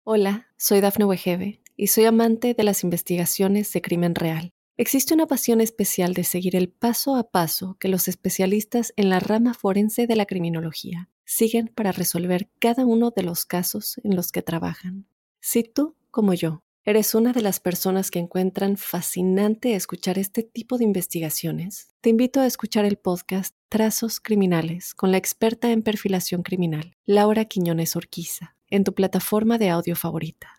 Hola, soy Dafne Wegebe y soy amante de las investigaciones de crimen real. Existe una pasión especial de seguir el paso a paso que los especialistas en la rama forense de la criminología siguen para resolver cada uno de los casos en los que trabajan. Si tú, como yo, eres una de las personas que encuentran fascinante escuchar este tipo de investigaciones, te invito a escuchar el podcast Trazos Criminales con la experta en perfilación criminal, Laura Quiñones Orquiza, en tu plataforma de audio favorita.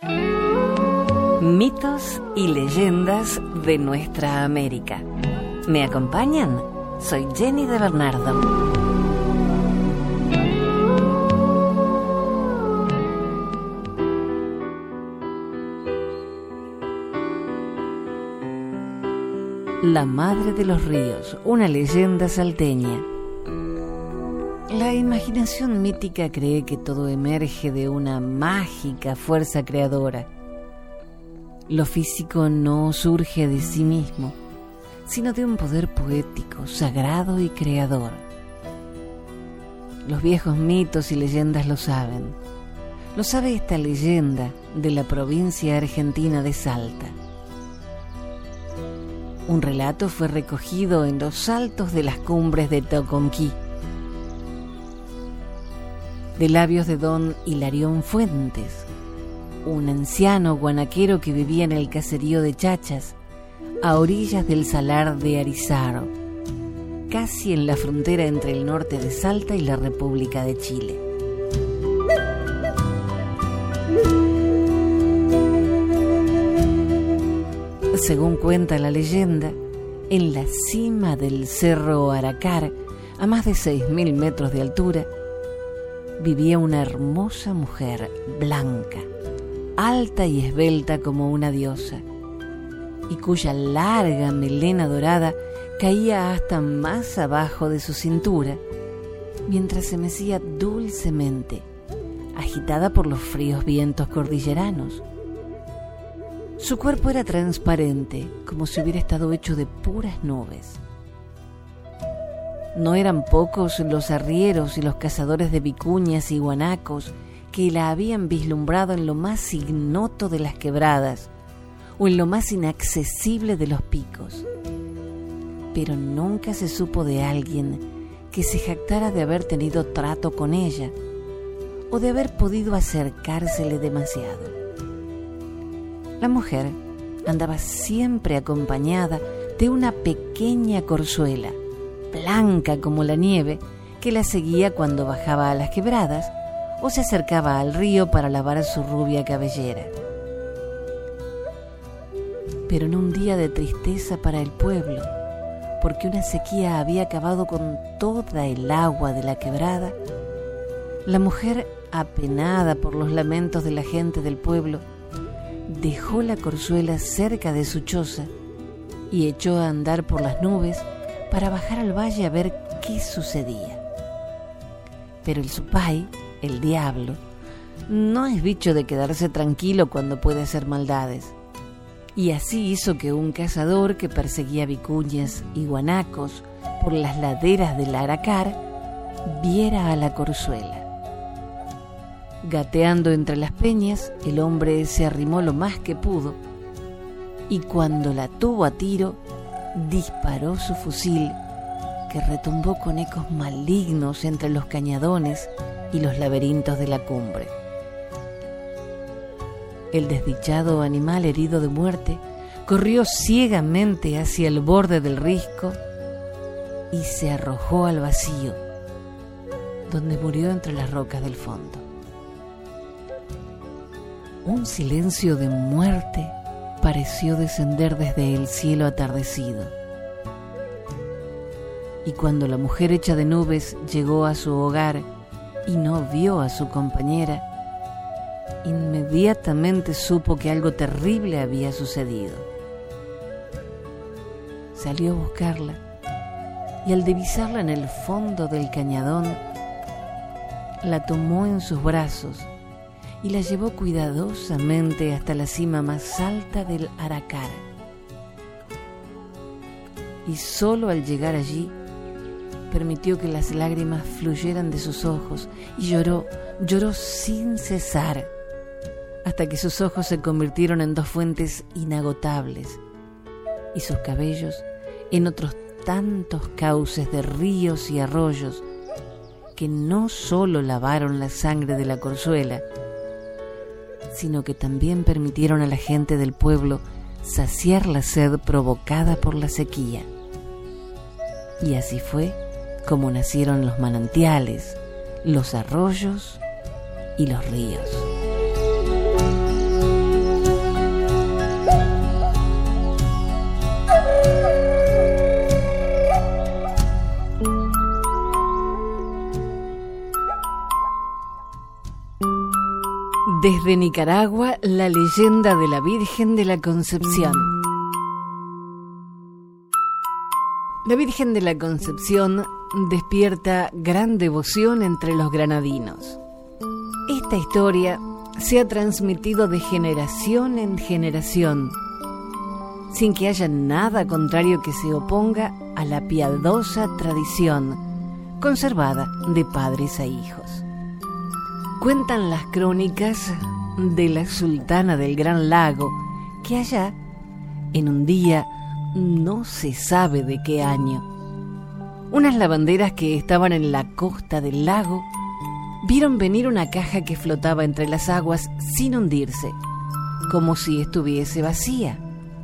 Mitos y leyendas de nuestra América. ¿Me acompañan? Soy Jenny de Bernardo. La Madre de los Ríos, una leyenda salteña. La imaginación mítica cree que todo emerge de una mágica fuerza creadora. Lo físico no surge de sí mismo, sino de un poder poético, sagrado y creador. Los viejos mitos y leyendas lo saben. Lo sabe esta leyenda de la provincia argentina de Salta. Un relato fue recogido en los altos de las cumbres de Toconquí, de labios de don Hilarión Fuentes, un anciano guanaquero que vivía en el caserío de Chachas, a orillas del salar de Arizaro, casi en la frontera entre el norte de Salta y la República de Chile. Según cuenta la leyenda, en la cima del cerro Aracar, a más de 6.000 metros de altura, vivía una hermosa mujer blanca, alta y esbelta como una diosa, y cuya larga melena dorada caía hasta más abajo de su cintura, mientras se mecía dulcemente, agitada por los fríos vientos cordilleranos. Su cuerpo era transparente, como si hubiera estado hecho de puras nubes. No eran pocos los arrieros y los cazadores de vicuñas y guanacos que la habían vislumbrado en lo más ignoto de las quebradas o en lo más inaccesible de los picos. Pero nunca se supo de alguien que se jactara de haber tenido trato con ella o de haber podido acercársele demasiado. La mujer andaba siempre acompañada de una pequeña corzuela, blanca como la nieve, que la seguía cuando bajaba a las quebradas o se acercaba al río para lavar su rubia cabellera. Pero en un día de tristeza para el pueblo, porque una sequía había acabado con toda el agua de la quebrada, la mujer, apenada por los lamentos de la gente del pueblo, dejó la corzuela cerca de su choza y echó a andar por las nubes para bajar al valle a ver qué sucedía. Pero el supay, el diablo, no es bicho de quedarse tranquilo cuando puede hacer maldades, y así hizo que un cazador que perseguía vicuñas y guanacos por las laderas del Aracar viera a la corzuela. Gateando entre las peñas, el hombre se arrimó lo más que pudo y cuando la tuvo a tiro, disparó su fusil, que retumbó con ecos malignos entre los cañadones y los laberintos de la cumbre. El desdichado animal herido de muerte corrió ciegamente hacia el borde del risco y se arrojó al vacío, donde murió entre las rocas del fondo. Un silencio de muerte pareció descender desde el cielo atardecido. Y cuando la mujer hecha de nubes llegó a su hogar y no vio a su compañera, inmediatamente supo que algo terrible había sucedido. Salió a buscarla y al divisarla en el fondo del cañadón, la tomó en sus brazos y la llevó cuidadosamente hasta la cima más alta del Aracar. Y solo al llegar allí, permitió que las lágrimas fluyeran de sus ojos y lloró sin cesar, hasta que sus ojos se convirtieron en dos fuentes inagotables y sus cabellos en otros tantos cauces de ríos y arroyos que no solo lavaron la sangre de la Corzuela, sino que también permitieron a la gente del pueblo saciar la sed provocada por la sequía. Y así fue como nacieron los manantiales, los arroyos y los ríos. Desde Nicaragua, la leyenda de la Virgen de la Concepción. La Virgen de la Concepción despierta gran devoción entre los granadinos. Esta historia se ha transmitido de generación en generación, sin que haya nada contrario que se oponga a la piadosa tradición conservada de padres a hijos. Cuentan las crónicas de la sultana del Gran Lago que allá, en un día, no se sabe de qué año, unas lavanderas que estaban en la costa del lago vieron venir una caja que flotaba entre las aguas sin hundirse, como si estuviese vacía.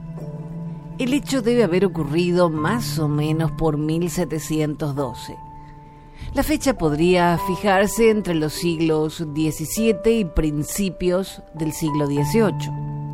El hecho debe haber ocurrido más o menos por 1712. La fecha podría fijarse entre los siglos XVII y principios del siglo XVIII.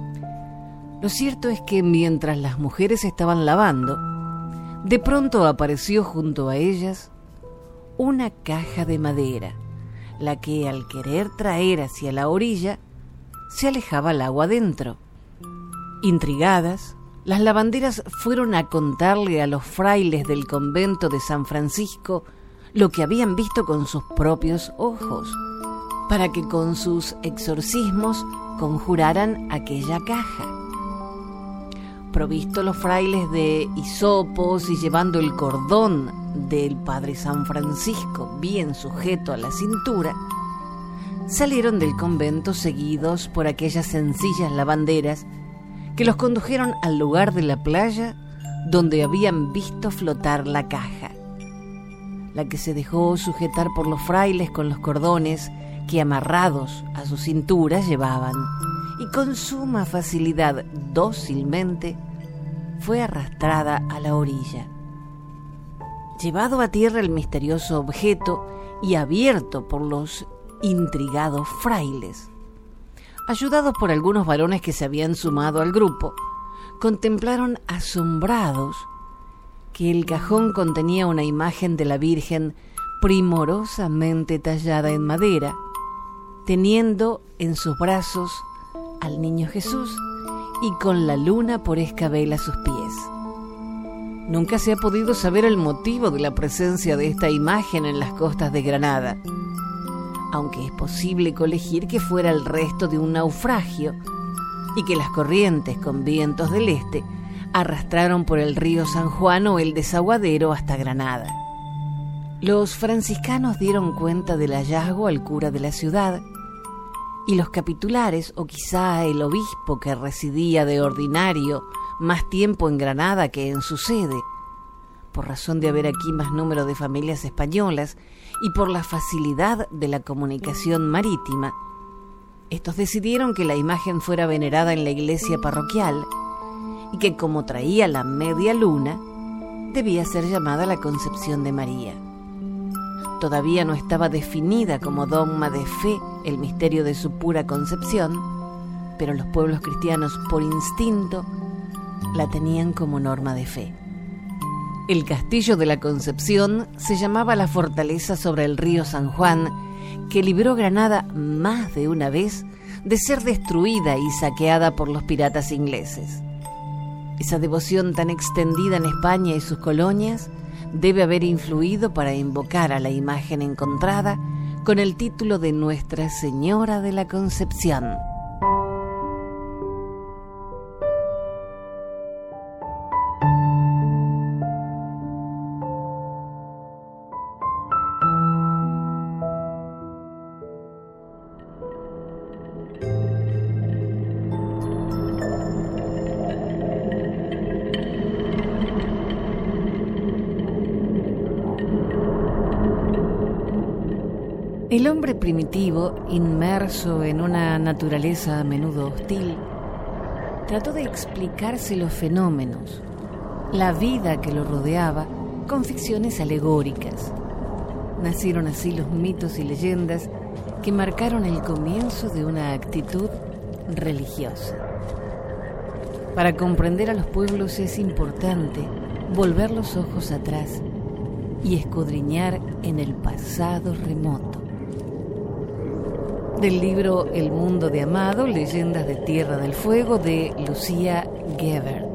Lo cierto es que mientras las mujeres estaban lavando, de pronto apareció junto a ellas una caja de madera, la que al querer traer hacia la orilla, se alejaba el agua adentro. Intrigadas, las lavanderas fueron a contarle a los frailes del convento de San Francisco lo que habían visto con sus propios ojos, para que con sus exorcismos conjuraran aquella caja. Provisto los frailes de hisopos y llevando el cordón del padre San Francisco bien sujeto a la cintura, salieron del convento seguidos por aquellas sencillas lavanderas que los condujeron al lugar de la playa donde habían visto flotar la caja, la que se dejó sujetar por los frailes con los cordones que amarrados a sus cinturas llevaban, y con suma facilidad, dócilmente, fue arrastrada a la orilla. Llevado a tierra el misterioso objeto y abierto por los intrigados frailes, ayudados por algunos varones que se habían sumado al grupo, contemplaron asombrados que el cajón contenía una imagen de la Virgen primorosamente tallada en madera, teniendo en sus brazos al niño Jesús y con la luna por escabel a sus pies. Nunca se ha podido saber el motivo de la presencia de esta imagen en las costas de Granada, aunque es posible colegir que fuera el resto de un naufragio y que las corrientes con vientos del este arrastraron por el río San Juan o el desaguadero hasta Granada. Los franciscanos dieron cuenta del hallazgo al cura de la ciudad, y los capitulares, o quizá el obispo que residía de ordinario más tiempo en Granada que en su sede, por razón de haber aquí más número de familias españolas y por la facilidad de la comunicación marítima, estos decidieron que la imagen fuera venerada en la iglesia parroquial y que, como traía la media luna, debía ser llamada la Concepción de María. Todavía no estaba definida como dogma de fe el misterio de su pura concepción, pero los pueblos cristianos, por instinto, la tenían como norma de fe. El castillo de la Concepción se llamaba la fortaleza sobre el río San Juan, que libró Granada más de una vez de ser destruida y saqueada por los piratas ingleses. Esa devoción tan extendida en España y sus colonias debe haber influido para invocar a la imagen encontrada con el título de Nuestra Señora de la Concepción. El hombre primitivo, inmerso en una naturaleza a menudo hostil, trató de explicarse los fenómenos, la vida que lo rodeaba, con ficciones alegóricas. Nacieron así los mitos y leyendas que marcaron el comienzo de una actitud religiosa. Para comprender a los pueblos es importante volver los ojos atrás y escudriñar en el pasado remoto. Del libro El mundo de Amado, leyendas de Tierra del Fuego, de Lucia Gebert.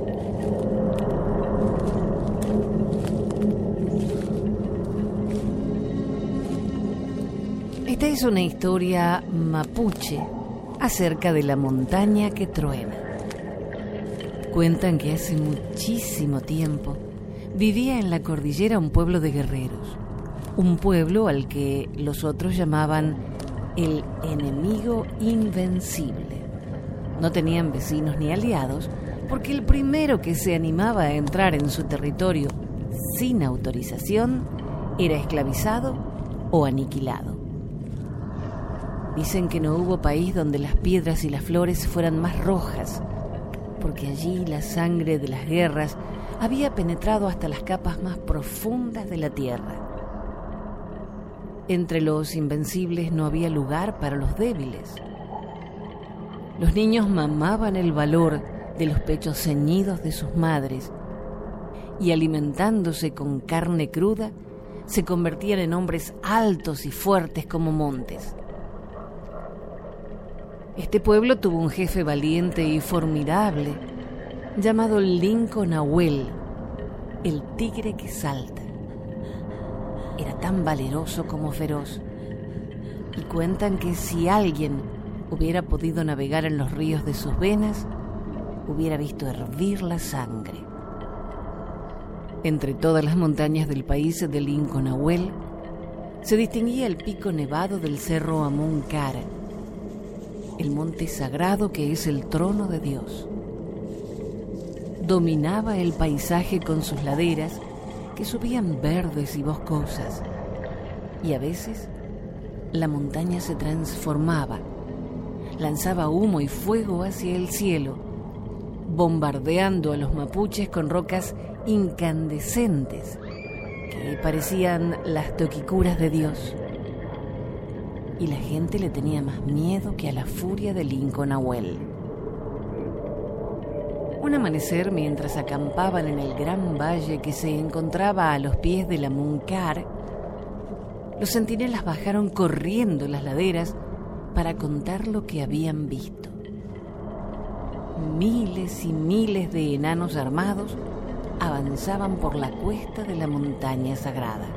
Esta es una historia mapuche acerca de la montaña que truena. Cuentan que hace muchísimo tiempo vivía en la cordillera un pueblo de guerreros, un pueblo al que los otros llamaban el enemigo invencible. No tenían vecinos ni aliados porque el primero que se animaba a entrar en su territorio sin autorización era esclavizado o aniquilado. Dicen que no hubo país donde las piedras y las flores fueran más rojas, porque allí la sangre de las guerras había penetrado hasta las capas más profundas de la tierra. Entre los invencibles no había lugar para los débiles. Los niños mamaban el valor de los pechos ceñidos de sus madres y, alimentándose con carne cruda, se convertían en hombres altos y fuertes como montes. Este pueblo tuvo un jefe valiente y formidable llamado Lincoln Nahuel, el tigre que salta. Era tan valeroso como feroz, y cuentan que si alguien hubiera podido navegar en los ríos de sus venas, hubiera visto hervir la sangre. Entre todas las montañas del país de Lincoln Nahuel se distinguía el pico nevado del cerro Amunkar, el monte sagrado que es el trono de Dios. Dominaba el paisaje con sus laderas que subían verdes y boscosas, y a veces la montaña se transformaba, lanzaba humo y fuego hacia el cielo, bombardeando a los mapuches con rocas incandescentes que parecían las toquicuras de Dios. Y la gente le tenía más miedo que a la furia de Lincoln Nahuel. Un amanecer, mientras acampaban en el gran valle que se encontraba a los pies de la Amunkar, los centinelas bajaron corriendo las laderas para contar lo que habían visto. Miles y miles de enanos armados avanzaban por la cuesta de la montaña sagrada.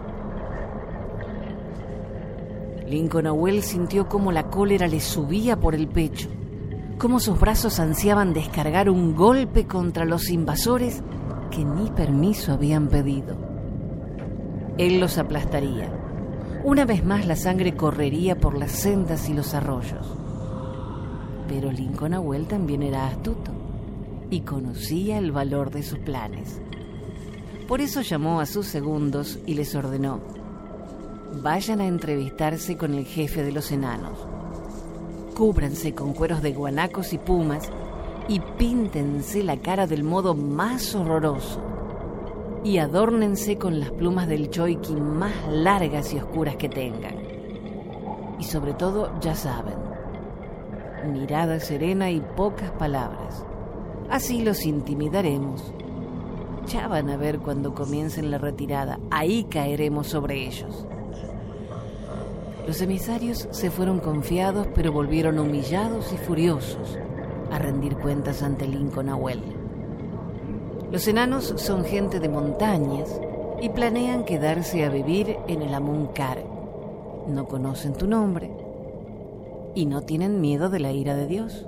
Lincoln Nahuel sintió cómo la cólera le subía por el pecho, cómo sus brazos ansiaban descargar un golpe contra los invasores que ni permiso habían pedido. Él los aplastaría. Una vez más la sangre correría por las sendas y los arroyos. Pero Lincoln Nahuel también era astuto y conocía el valor de sus planes. Por eso llamó a sus segundos y les ordenó: vayan a entrevistarse con el jefe de los enanos. Cúbranse con cueros de guanacos y pumas y píntense la cara del modo más horroroso. Y adórnense con las plumas del choiqui más largas y oscuras que tengan. Y sobre todo, ya saben, mirada serena y pocas palabras. Así los intimidaremos. Ya van a ver cuando comiencen la retirada. Ahí caeremos sobre ellos. Los emisarios se fueron confiados, pero volvieron humillados y furiosos a rendir cuentas ante Lincoln Nahuel. Los enanos son gente de montañas y planean quedarse a vivir en el Amunkar. No conocen tu nombre y no tienen miedo de la ira de Dios.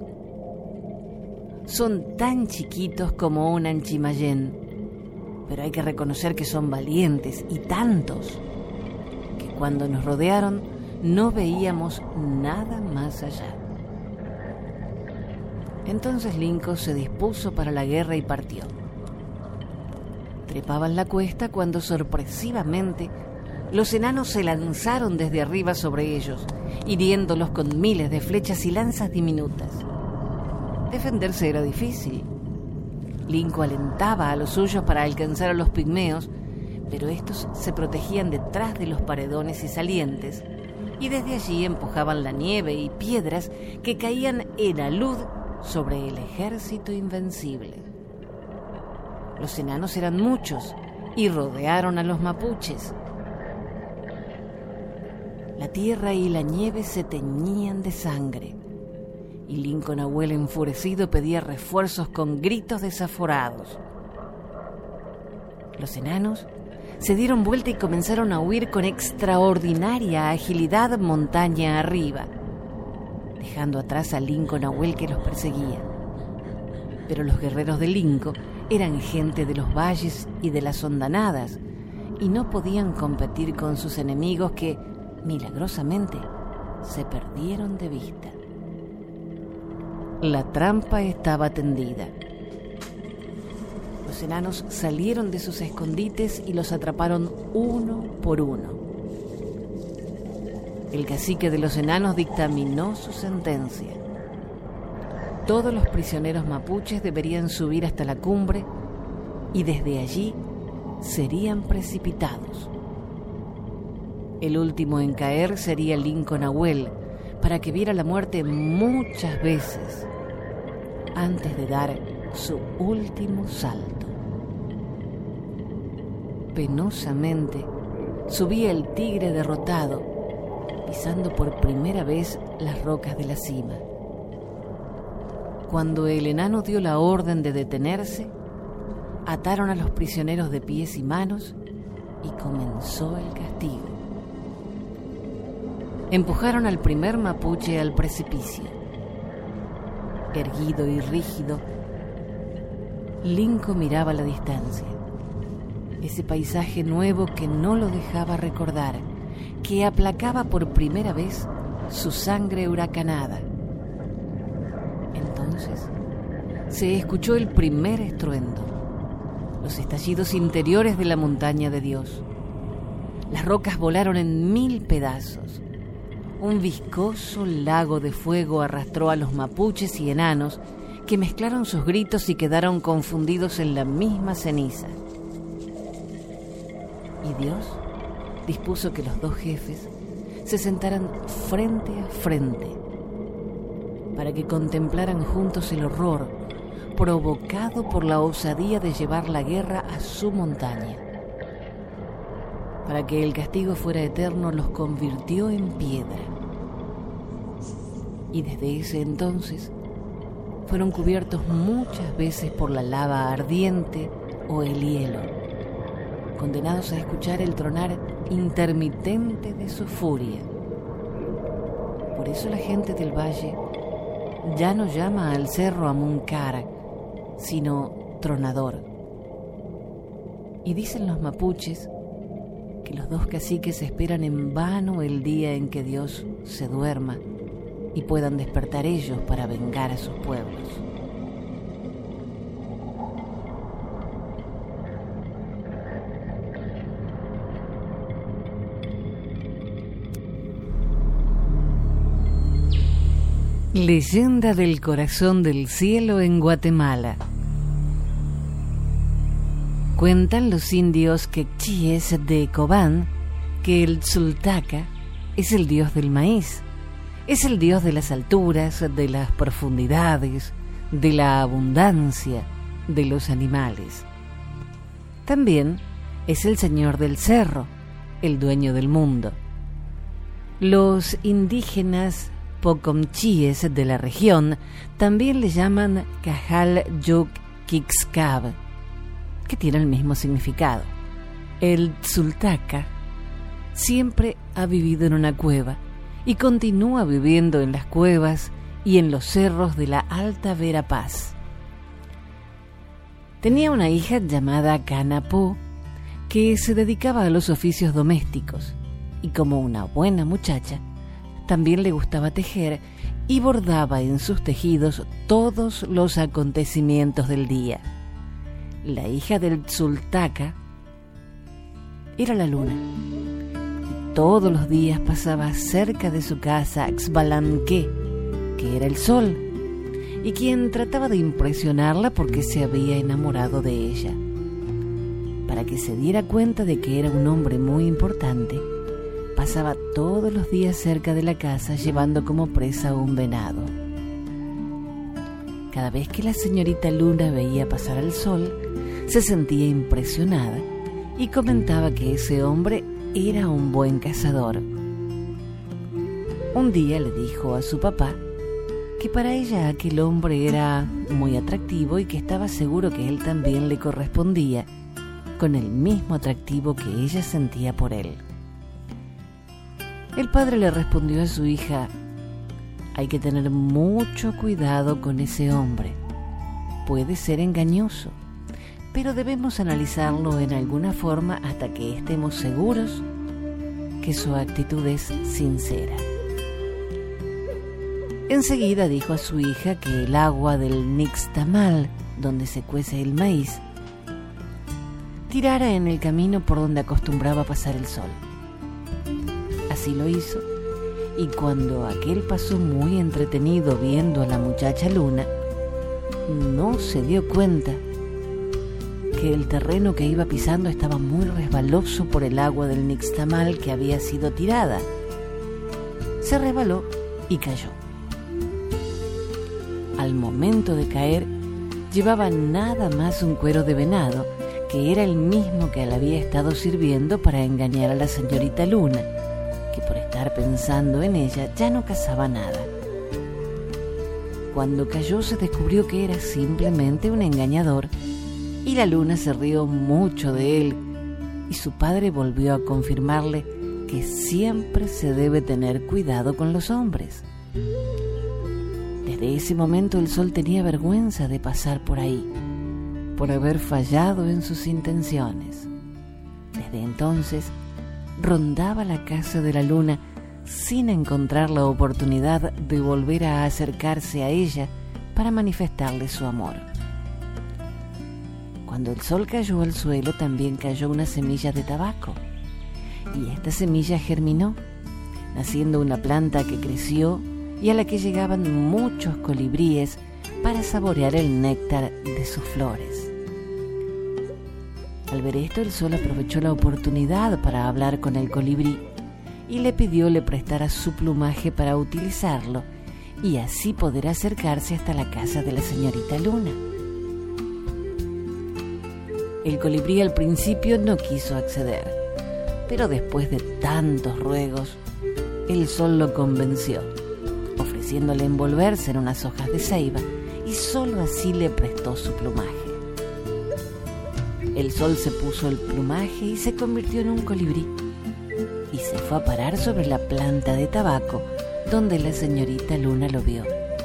Son tan chiquitos como un anchimayén, pero hay que reconocer que son valientes y tantos que cuando nos rodearon no veíamos nada más allá. Entonces Lincoln se dispuso para la guerra y partió. Trepaban la cuesta cuando sorpresivamente los enanos se lanzaron desde arriba sobre ellos, hiriéndolos con miles de flechas y lanzas diminutas. Defenderse era difícil. Lincoln alentaba a los suyos para alcanzar a los pigmeos, pero estos se protegían detrás de los paredones y salientes, y desde allí empujaban la nieve y piedras que caían en alud sobre el ejército invencible. Los enanos eran muchos y rodearon a los mapuches. La tierra y la nieve se teñían de sangre, y Lincoln Nahuel enfurecido pedía refuerzos con gritos desaforados. Los enanos se dieron vuelta y comenzaron a huir con extraordinaria agilidad montaña arriba, dejando atrás a Lincoln Nahuel que los perseguía. Pero los guerreros de Lincoln eran gente de los valles y de las hondanadas, y no podían competir con sus enemigos que, milagrosamente, se perdieron de vista. La trampa estaba tendida. Los enanos salieron de sus escondites y los atraparon uno por uno. El cacique de los enanos dictaminó su sentencia. Todos los prisioneros mapuches deberían subir hasta la cumbre y desde allí serían precipitados. El último en caer sería Lincoln Nahuel, para que viera la muerte muchas veces antes de dar su último salto. Penosamente subía el tigre derrotado, pisando por primera vez las rocas de la cima. Cuando el enano dio la orden de detenerse, ataron a los prisioneros de pies y manos y comenzó el castigo. Empujaron al primer mapuche al precipicio. Erguido y rígido, Lincoln miraba a la distancia ese paisaje nuevo que no lo dejaba recordar, que aplacaba por primera vez su sangre huracanada. Entonces se escuchó el primer estruendo, los estallidos interiores de la montaña de Dios. Las rocas volaron en 1000 pedazos. Un viscoso lago de fuego arrastró a los mapuches y enanos, que mezclaron sus gritos y quedaron confundidos en la misma ceniza. Y Dios dispuso que los dos jefes se sentaran frente a frente para que contemplaran juntos el horror provocado por la osadía de llevar la guerra a su montaña. Para que el castigo fuera eterno, los convirtió en piedra. Y desde ese entonces fueron cubiertos muchas veces por la lava ardiente o el hielo, condenados a escuchar el tronar intermitente de su furia. Por eso la gente del valle ya no llama al cerro Amuncara, sino Tronador. Y dicen los mapuches que los dos caciques esperan en vano el día en que Dios se duerma y puedan despertar ellos para vengar a sus pueblos. Leyenda del corazón del cielo en Guatemala. Cuentan los indios quechíes de Cobán que el Tzultaca es el dios del maíz, es el dios de las alturas, de las profundidades, de la abundancia, de los animales. También es el señor del cerro, el dueño del mundo. Los indígenas pocomchíes de la región también le llaman Cajal Yuk Kixcab, que tiene el mismo significado. El Tzultaca siempre ha vivido en una cueva y continúa viviendo en las cuevas y en los cerros de la Alta Verapaz. Tenía una hija llamada Canapó que se dedicaba a los oficios domésticos y, como una buena muchacha, también le gustaba tejer y bordaba en sus tejidos todos los acontecimientos del día. La hija del Tzultaca era la luna, todos los días pasaba cerca de su casa Xbalanque, que era el sol, y quien trataba de impresionarla porque se había enamorado de ella. Para que se diera cuenta de que era un hombre muy importante, pasaba todos los días cerca de la casa llevando como presa un venado. Cada vez que la señorita Luna veía pasar al sol, se sentía impresionada y comentaba que ese hombre era un buen cazador. Un día le dijo a su papá que para ella aquel hombre era muy atractivo y que estaba seguro que él también le correspondía con el mismo atractivo que ella sentía por él. El padre le respondió a su hija: hay que tener mucho cuidado con ese hombre. Puede ser engañoso, pero debemos analizarlo en alguna forma hasta que estemos seguros que su actitud es sincera. Enseguida dijo a su hija que el agua del nixtamal, donde se cuece el maíz, tirara en el camino por donde acostumbraba pasar el sol. Así lo hizo, y cuando aquel pasó muy entretenido viendo a la muchacha Luna, no se dio cuenta que el terreno que iba pisando estaba muy resbaloso por el agua del nixtamal que había sido tirada. Se resbaló y cayó. Al momento de caer, llevaba nada más un cuero de venado, que era el mismo que le había estado sirviendo para engañar a la señorita Luna, que por estar pensando en ella ya no cazaba nada. Cuando cayó se descubrió que era simplemente un engañador, y la Luna se rió mucho de él, y su padre volvió a confirmarle que siempre se debe tener cuidado con los hombres. Desde ese momento el sol tenía vergüenza de pasar por ahí, por haber fallado en sus intenciones. Desde entonces rondaba la casa de la Luna sin encontrar la oportunidad de volver a acercarse a ella para manifestarle su amor. Cuando el sol cayó al suelo, también cayó una semilla de tabaco, y esta semilla germinó, naciendo una planta que creció y a la que llegaban muchos colibríes para saborear el néctar de sus flores. Al ver esto, el sol aprovechó la oportunidad para hablar con el colibrí y le pidió le prestara su plumaje para utilizarlo y así poder acercarse hasta la casa de la señorita Luna. El colibrí al principio no quiso acceder, pero después de tantos ruegos, el sol lo convenció, ofreciéndole envolverse en unas hojas de ceiba, y solo así le prestó su plumaje. El sol se puso el plumaje y se convirtió en un colibrí, y se fue a parar sobre la planta de tabaco donde la señorita Luna lo vio.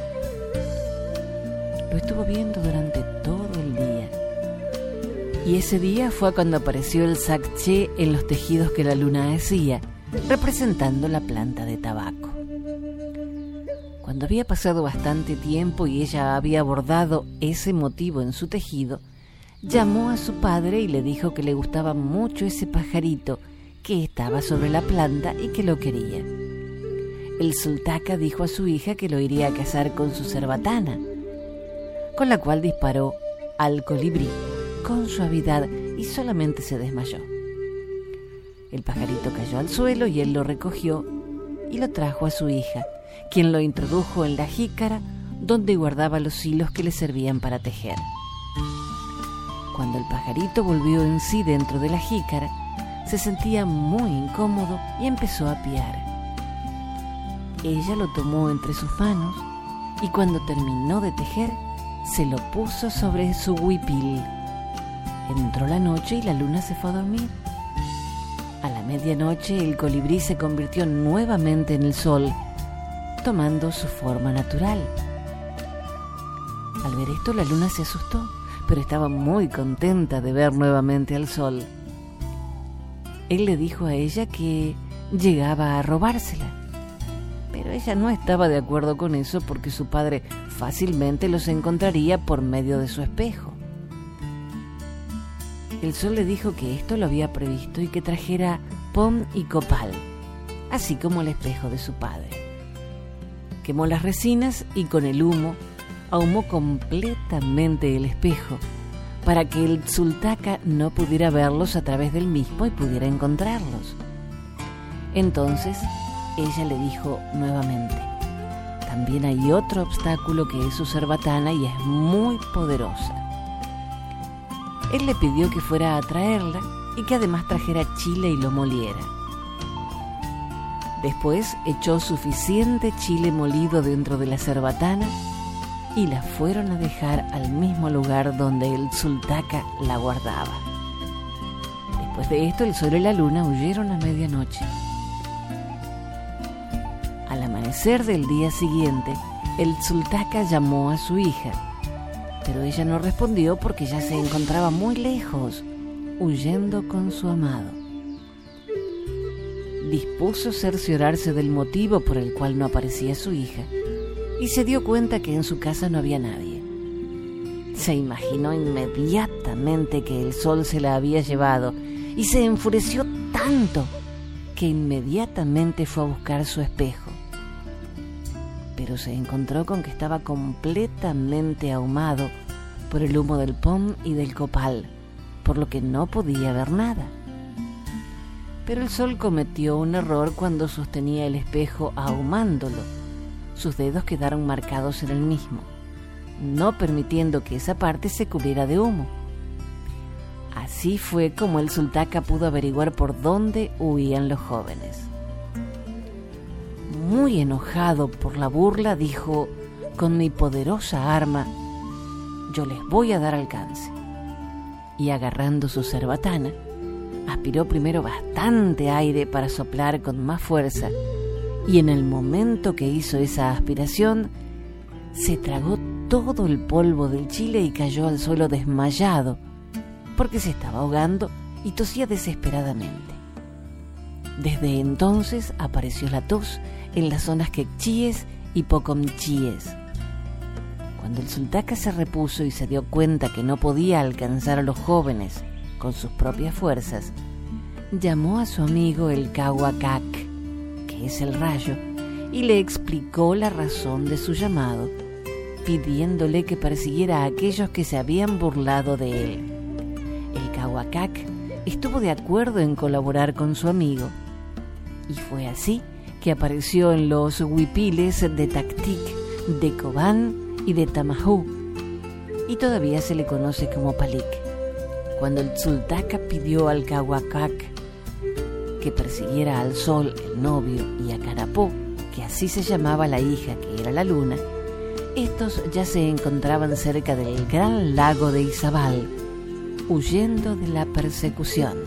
Lo estuvo viendo durante todo el día, y ese día fue cuando apareció el sacché en los tejidos que la Luna hacía, representando la planta de tabaco. Cuando había pasado bastante tiempo y ella había bordado ese motivo en su tejido, llamó a su padre y le dijo que le gustaba mucho ese pajarito que estaba sobre la planta y que lo quería. El sultaca dijo a su hija que lo iría a cazar con su cerbatana, con la cual disparó al colibrí con suavidad y solamente se desmayó. El pajarito cayó al suelo y él lo recogió y lo trajo a su hija, quien lo introdujo en la jícara donde guardaba los hilos que le servían para tejer. Cuando el pajarito volvió en sí dentro de la jícara, se sentía muy incómodo y empezó a piar. Ella lo tomó entre sus manos y cuando terminó de tejer, se lo puso sobre su huipil. Entró la noche y la Luna se fue a dormir. A la medianoche el colibrí se convirtió nuevamente en el sol, tomando su forma natural. Al ver esto, la Luna se asustó, pero estaba muy contenta de ver nuevamente al sol. Él le dijo a ella que llegaba a robársela, pero ella no estaba de acuerdo con eso porque su padre fácilmente los encontraría por medio de su espejo. El sol le dijo que esto lo había previsto y que trajera pom y copal, así como el espejo de su padre. Quemó las resinas y con el humo ahumó completamente el espejo para que el Tzultaka no pudiera verlos a través del mismo y pudiera encontrarlos. Entonces ella le dijo nuevamente: también hay otro obstáculo que es su cerbatana y es muy poderosa. Él le pidió que fuera a traerla y que además trajera chile y lo moliera. Después echó suficiente chile molido dentro de la cerbatana y la fueron a dejar al mismo lugar donde el Tzultaka la guardaba. Después de esto, el sol y la luna huyeron a medianoche. Al amanecer del día siguiente, el Tzultaka llamó a su hija, pero ella no respondió porque ya se encontraba muy lejos, huyendo con su amado. Dispuso cerciorarse del motivo por el cual no aparecía su hija y se dio cuenta que en su casa no había nadie. Se imaginó inmediatamente que el sol se la había llevado y se enfureció tanto que inmediatamente fue a buscar su espejo. Pero se encontró con que estaba completamente ahumado por el humo del pom y del copal, por lo que no podía ver nada. Pero el sol cometió un error cuando sostenía el espejo ahumándolo. Sus dedos quedaron marcados en el mismo, no permitiendo que esa parte se cubriera de humo. Así fue como el Tzultaka pudo averiguar por dónde huían los jóvenes. Muy enojado por la burla, dijo: con mi poderosa arma, yo les voy a dar alcance. Y agarrando su cerbatana, aspiró primero bastante aire para soplar con más fuerza, y en el momento que hizo esa aspiración, se tragó todo el polvo del chile y cayó al suelo desmayado, porque se estaba ahogando y tosía desesperadamente. Desde entonces apareció la tos en las zonas quechíes y pocomchíes. Cuando el Tzultaka se repuso y se dio cuenta que no podía alcanzar a los jóvenes con sus propias fuerzas, llamó a su amigo el Kawakak, que es el rayo, y le explicó la razón de su llamado, pidiéndole que persiguiera a aquellos que se habían burlado de él. El Kawakak estuvo de acuerdo en colaborar con su amigo, y fue así que apareció en los huipiles de Taktik, de Cobán y de Tamahú, y todavía se le conoce como Palik. Cuando el Tzultaka pidió al Kawakak que persiguiera al sol, el novio, y a Canapó, que así se llamaba la hija, que era la luna, estos ya se encontraban cerca del gran lago de Izabal, huyendo de la persecución.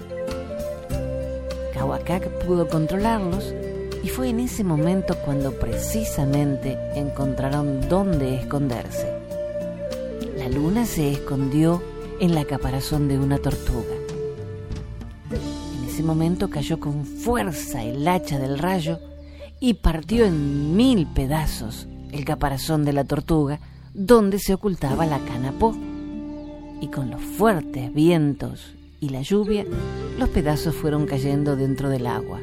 Kawakak pudo controlarlos y fue en ese momento cuando precisamente encontraron dónde esconderse. La luna se escondió en la caparazón de una tortuga. En ese momento cayó con fuerza el hacha del rayo y partió en 1000 pedazos el caparazón de la tortuga donde se ocultaba la Canapó, y con los fuertes vientos y la lluvia los pedazos fueron cayendo dentro del agua.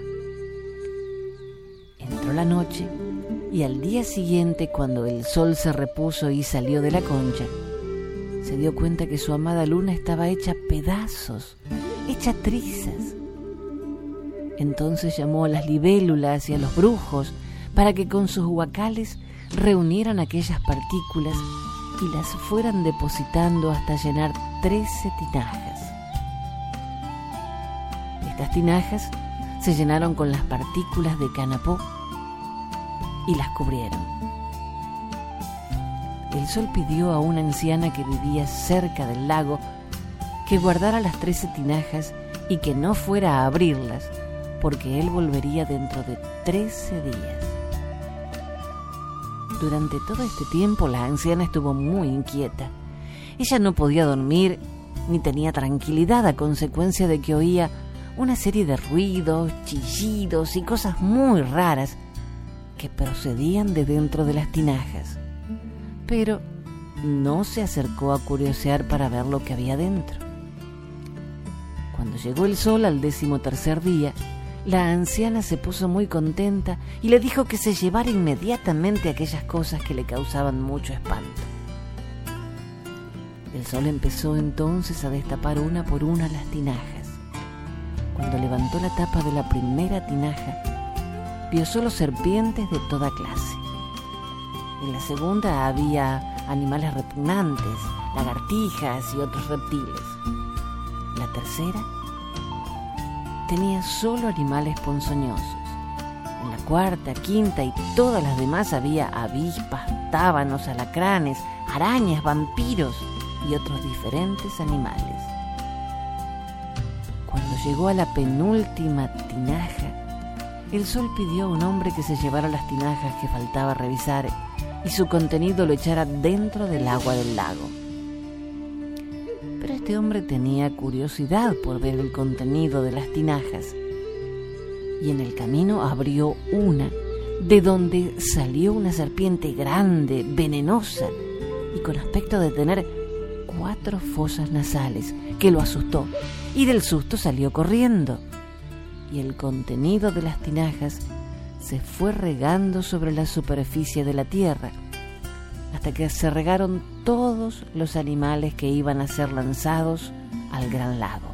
Entró la noche y al día siguiente, cuando el sol se repuso y salió de la concha, se dio cuenta que su amada luna estaba hecha pedazos, hecha trizas. Entonces llamó a las libélulas y a los brujos para que con sus huacales reunieran aquellas partículas y las fueran depositando hasta llenar 13 tinajas. Estas tinajas se llenaron con las partículas de Canapó y las cubrieron. El sol pidió a una anciana que vivía cerca del lago que guardara las 13 tinajas y que no fuera a abrirlas, porque él volvería dentro de 13 días. Durante todo este tiempo la anciana estuvo muy inquieta. Ella no podía dormir ni tenía tranquilidad a consecuencia de que oía una serie de ruidos, chillidos y cosas muy raras que procedían de dentro de las tinajas. Pero no se acercó a curiosear para ver lo que había dentro. Cuando llegó el sol al 13º día, La anciana se puso muy contenta y le dijo que se llevara inmediatamente aquellas cosas que le causaban mucho espanto. El sol empezó entonces a destapar una por una las tinajas. Cuando levantó la tapa de la primera tinaja, vio solo serpientes de toda clase. En la segunda había animales repugnantes, lagartijas y otros reptiles. La tercera tenía solo animales ponzoñosos. En la cuarta, quinta y todas las demás había avispas, tábanos, alacranes, arañas, vampiros y otros diferentes animales. Cuando llegó a la penúltima tinaja, el sol pidió a un hombre que se llevara las tinajas que faltaba revisar y su contenido lo echara dentro del agua del lago. Pero este hombre tenía curiosidad por ver el contenido de las tinajas y en el camino abrió una de donde salió una serpiente grande, venenosa y con aspecto de tener 4 fosas nasales, que lo asustó y del susto salió corriendo. Y el contenido de las tinajas se fue regando sobre la superficie de la tierra hasta que se regaron todos los animales que iban a ser lanzados al gran lago.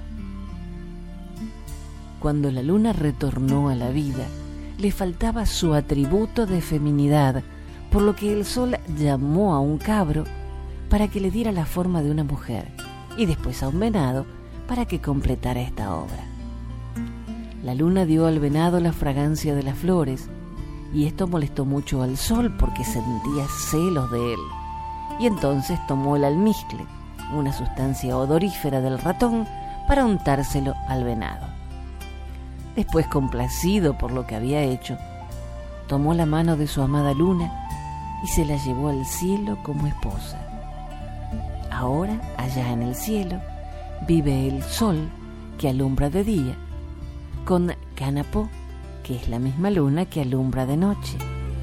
Cuando la luna retornó a la vida, le faltaba su atributo de feminidad, por lo que el sol llamó a un cabro para que le diera la forma de una mujer y después a un venado para que completara esta obra. La luna dio al venado la fragancia de las flores y esto molestó mucho al sol porque sentía celos de él. Y entonces tomó el almizcle, una sustancia odorífera del ratón, para untárselo al venado. Después, complacido por lo que había hecho, tomó la mano de su amada luna y se la llevó al cielo como esposa. Ahora, allá en el cielo, vive el sol que alumbra de día, con Canapó, que es la misma luna que alumbra de noche.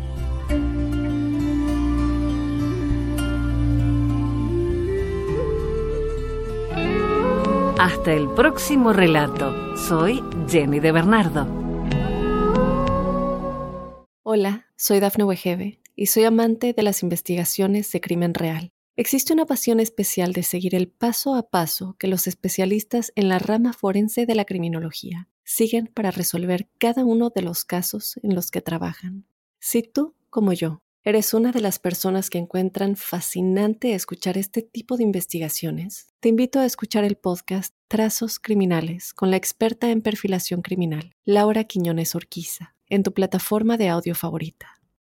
Hasta el próximo relato. Soy Jenny de Bernardo. Hola, soy Dafne Wegebe y soy amante de las investigaciones de crimen real. Existe una pasión especial de seguir el paso a paso que los especialistas en la rama forense de la criminología siguen para resolver cada uno de los casos en los que trabajan. Si tú, como yo, eres una de las personas que encuentran fascinante escuchar este tipo de investigaciones, te invito a escuchar el podcast Trazos Criminales con la experta en perfilación criminal, Laura Quiñones Orquiza, en tu plataforma de audio favorita.